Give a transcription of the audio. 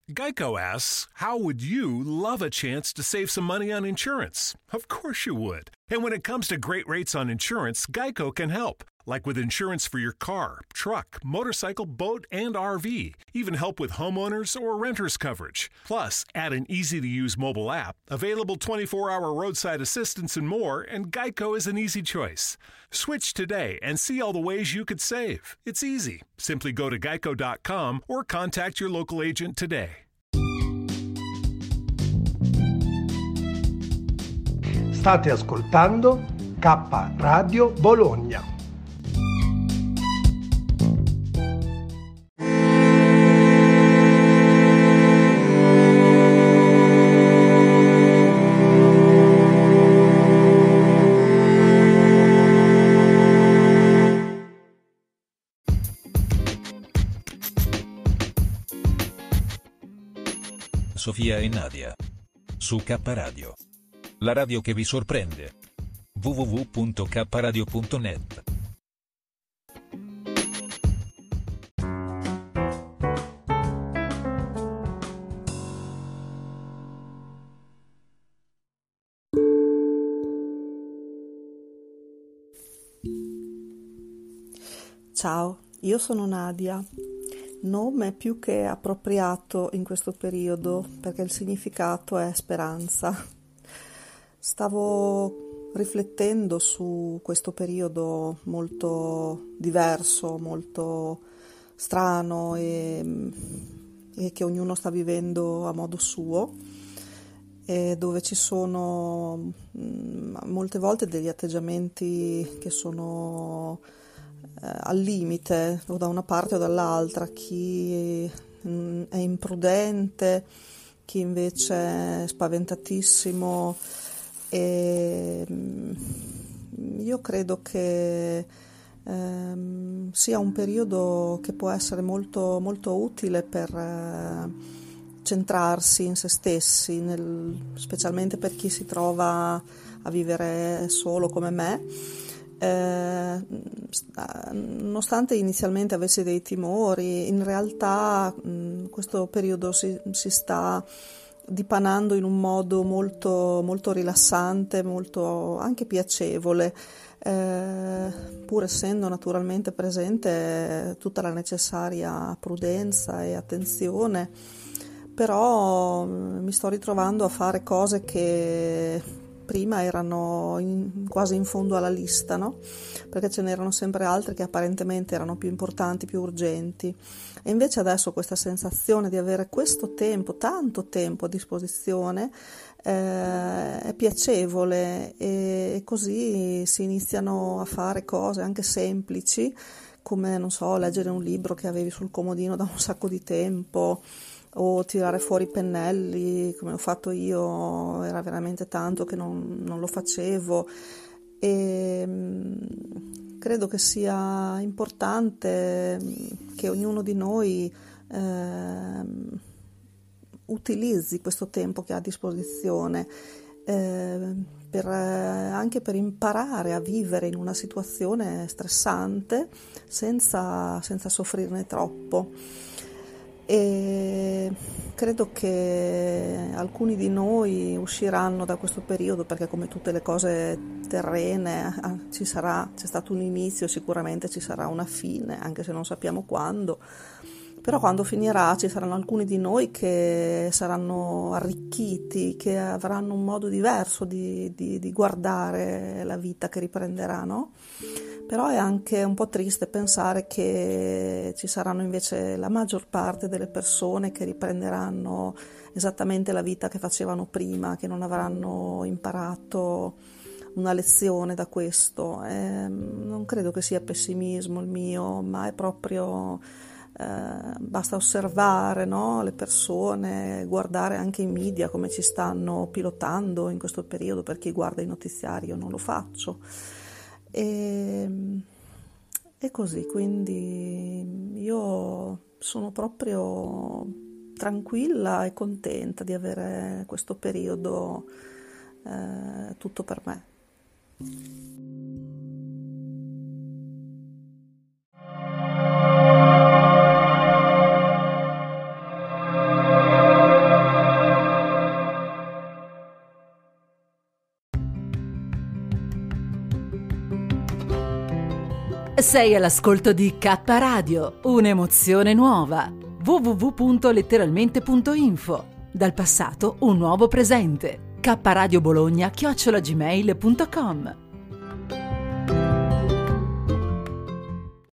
Geico asks, how would you love a chance to save some money on insurance? Of course you would. And when it comes to great rates on insurance, Geico can help. Like with insurance for your car, truck, motorcycle, boat, and RV. Even help with homeowners or renters coverage. Plus, add an easy-to-use mobile app, available 24-hour roadside assistance and more, and Geico is an easy choice. Switch today and see all the ways you could save. It's easy. Simply go to geico.com or contact your local agent today. State ascoltando K Radio Bologna. Sofia e Nadia. Su K Radio. La radio che vi sorprende. www.kradio.net. Ciao, io sono Nadia. Nome più che appropriato in questo periodo perché il significato è speranza. Stavo riflettendo su questo periodo molto diverso, molto strano e che ognuno sta vivendo a modo suo, e dove ci sono molte volte degli atteggiamenti che sono al limite, o da una parte o dall'altra, chi è imprudente, chi invece è spaventatissimo, e io credo che sia un periodo che può essere molto, molto utile per centrarsi in se stessi, specialmente per chi si trova a vivere solo come me. Nonostante inizialmente avessi dei timori, in realtà questo periodo si sta dipanando in un modo molto, molto rilassante, molto anche piacevole, pur essendo naturalmente presente tutta la necessaria prudenza e attenzione, però mi sto ritrovando a fare cose che prima erano quasi in fondo alla lista, no? Perché ce n'erano sempre altre che apparentemente erano più importanti, più urgenti. E invece adesso questa sensazione di avere questo tempo, tanto tempo a disposizione, è piacevole, e così si iniziano a fare cose anche semplici, come, non so, leggere un libro che avevi sul comodino da un sacco di tempo, o tirare fuori i pennelli, come ho fatto io. Era veramente tanto che non lo facevo, e credo che sia importante che ognuno di noi utilizzi questo tempo che ha a disposizione anche per imparare a vivere in una situazione stressante senza soffrirne troppo. E credo che alcuni di noi usciranno da questo periodo, perché come tutte le cose terrene c'è stato un inizio, sicuramente ci sarà una fine, anche se non sappiamo quando. Però quando finirà ci saranno alcuni di noi che saranno arricchiti, che avranno un modo diverso di guardare la vita che riprenderà, no? Però è anche un po' triste pensare che ci saranno invece la maggior parte delle persone che riprenderanno esattamente la vita che facevano prima, che non avranno imparato una lezione da questo. Non credo che sia pessimismo il mio, ma è proprio basta osservare, no? Le persone, guardare anche i media come ci stanno pilotando in questo periodo. Per chi guarda i notiziari, io non lo faccio. E così, quindi io sono proprio tranquilla e contenta di avere questo periodo tutto per me. Sei all'ascolto di K Radio, un'emozione nuova. www.letteralmente.info. Dal passato un nuovo presente. kradiobologna@gmail.com.